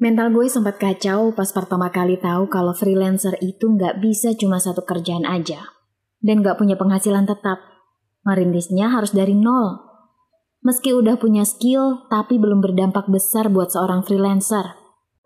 Mental gue sempat kacau pas pertama kali tahu kalau freelancer itu nggak bisa cuma satu kerjaan aja. Dan nggak punya penghasilan tetap. Merintisnya harus dari nol. Meski udah punya skill, tapi belum berdampak besar buat seorang freelancer.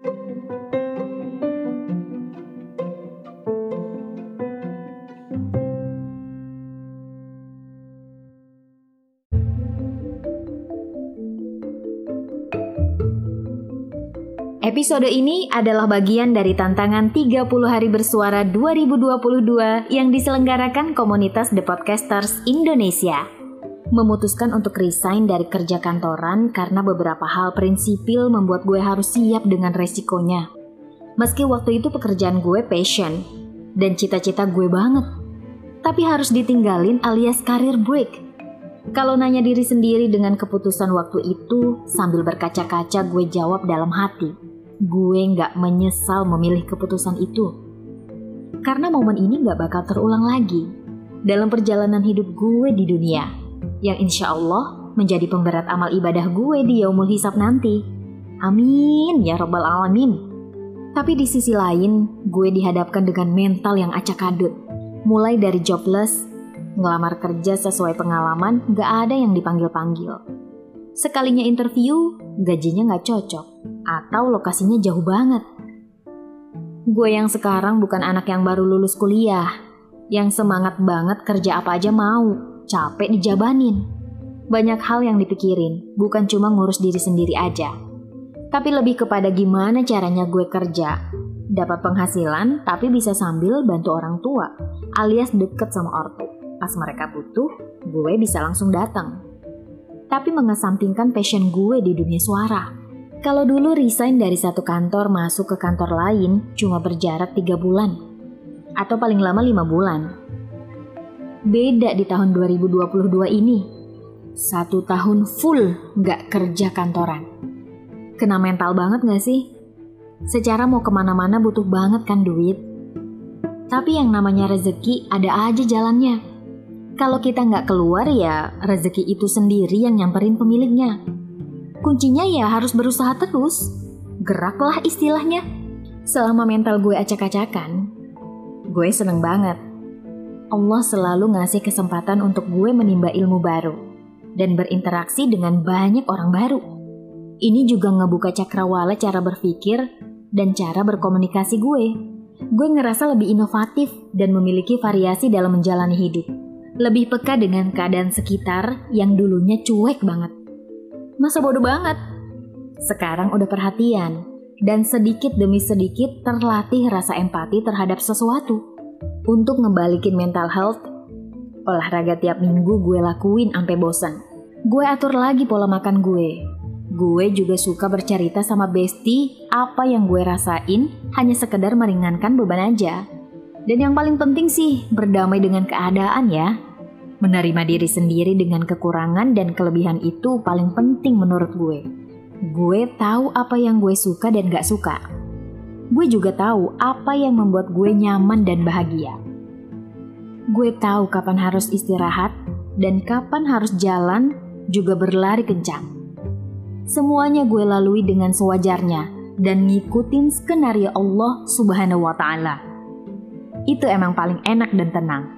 Episode ini adalah bagian dari tantangan 30 hari bersuara 2022 yang diselenggarakan komunitas The Podcasters Indonesia. Memutuskan untuk resign dari kerja kantoran karena beberapa hal prinsipil membuat gue harus siap dengan resikonya. Meski waktu itu pekerjaan gue passion dan cita-cita gue banget, tapi harus ditinggalin alias career break. Kalau nanya diri sendiri dengan keputusan waktu itu, sambil berkaca-kaca gue jawab dalam hati. Gue gak menyesal memilih keputusan itu. Karena momen ini gak bakal terulang lagi dalam perjalanan hidup gue di dunia, yang insya Allah menjadi pemberat amal ibadah gue di yaumul hisab nanti. Amin ya rabbal alamin. Tapi di sisi lain, gue dihadapkan dengan mental yang acak-adut. Mulai dari jobless, ngelamar kerja sesuai pengalaman, gak ada yang dipanggil-panggil. Sekalinya interview, gajinya gak cocok, atau lokasinya jauh banget. Gue yang sekarang bukan anak yang baru lulus kuliah, yang semangat banget kerja apa aja mau, capek dijabanin. Banyak hal yang dipikirin, bukan cuma ngurus diri sendiri aja. Tapi lebih kepada gimana caranya gue kerja, dapat penghasilan tapi bisa sambil bantu orang tua, alias deket sama ortu. Pas mereka butuh, gue bisa langsung datang. Tapi mengesampingkan passion gue di dunia suara. Kalau dulu resign dari satu kantor masuk ke kantor lain cuma berjarak 3 bulan. Atau paling lama 5 bulan. Beda di tahun 2022 ini. 1 tahun full gak kerja kantoran. Kena mental banget gak sih? Secara mau kemana-mana butuh banget kan duit. Tapi yang namanya rezeki ada aja jalannya. Kalau kita nggak keluar ya rezeki itu sendiri yang nyamperin pemiliknya. Kuncinya ya harus berusaha terus. Geraklah istilahnya. Selama mental gue acak-acakan, gue seneng banget. Allah selalu ngasih kesempatan untuk gue menimba ilmu baru dan berinteraksi dengan banyak orang baru. Ini juga ngebuka cakrawala cara berpikir dan cara berkomunikasi gue. Gue ngerasa lebih inovatif dan memiliki variasi dalam menjalani hidup. Lebih peka dengan keadaan sekitar yang dulunya cuek banget. Masa bodoh banget. Sekarang udah perhatian dan sedikit demi sedikit terlatih rasa empati terhadap sesuatu. Untuk ngebalikin mental health, olahraga tiap minggu gue lakuin sampai bosan. Gue atur lagi pola makan gue. Gue juga suka bercerita sama bestie apa yang gue rasain, hanya sekedar meringankan beban aja. Dan yang paling penting sih berdamai dengan keadaan ya. Menerima diri sendiri dengan kekurangan dan kelebihan itu paling penting menurut gue. Gue tahu apa yang gue suka dan gak suka. Gue juga tahu apa yang membuat gue nyaman dan bahagia. Gue tahu kapan harus istirahat dan kapan harus jalan juga berlari kencang. Semuanya gue lalui dengan sewajarnya dan ngikutin skenario Allah Subhanahu wa Ta'ala. Itu emang paling enak dan tenang.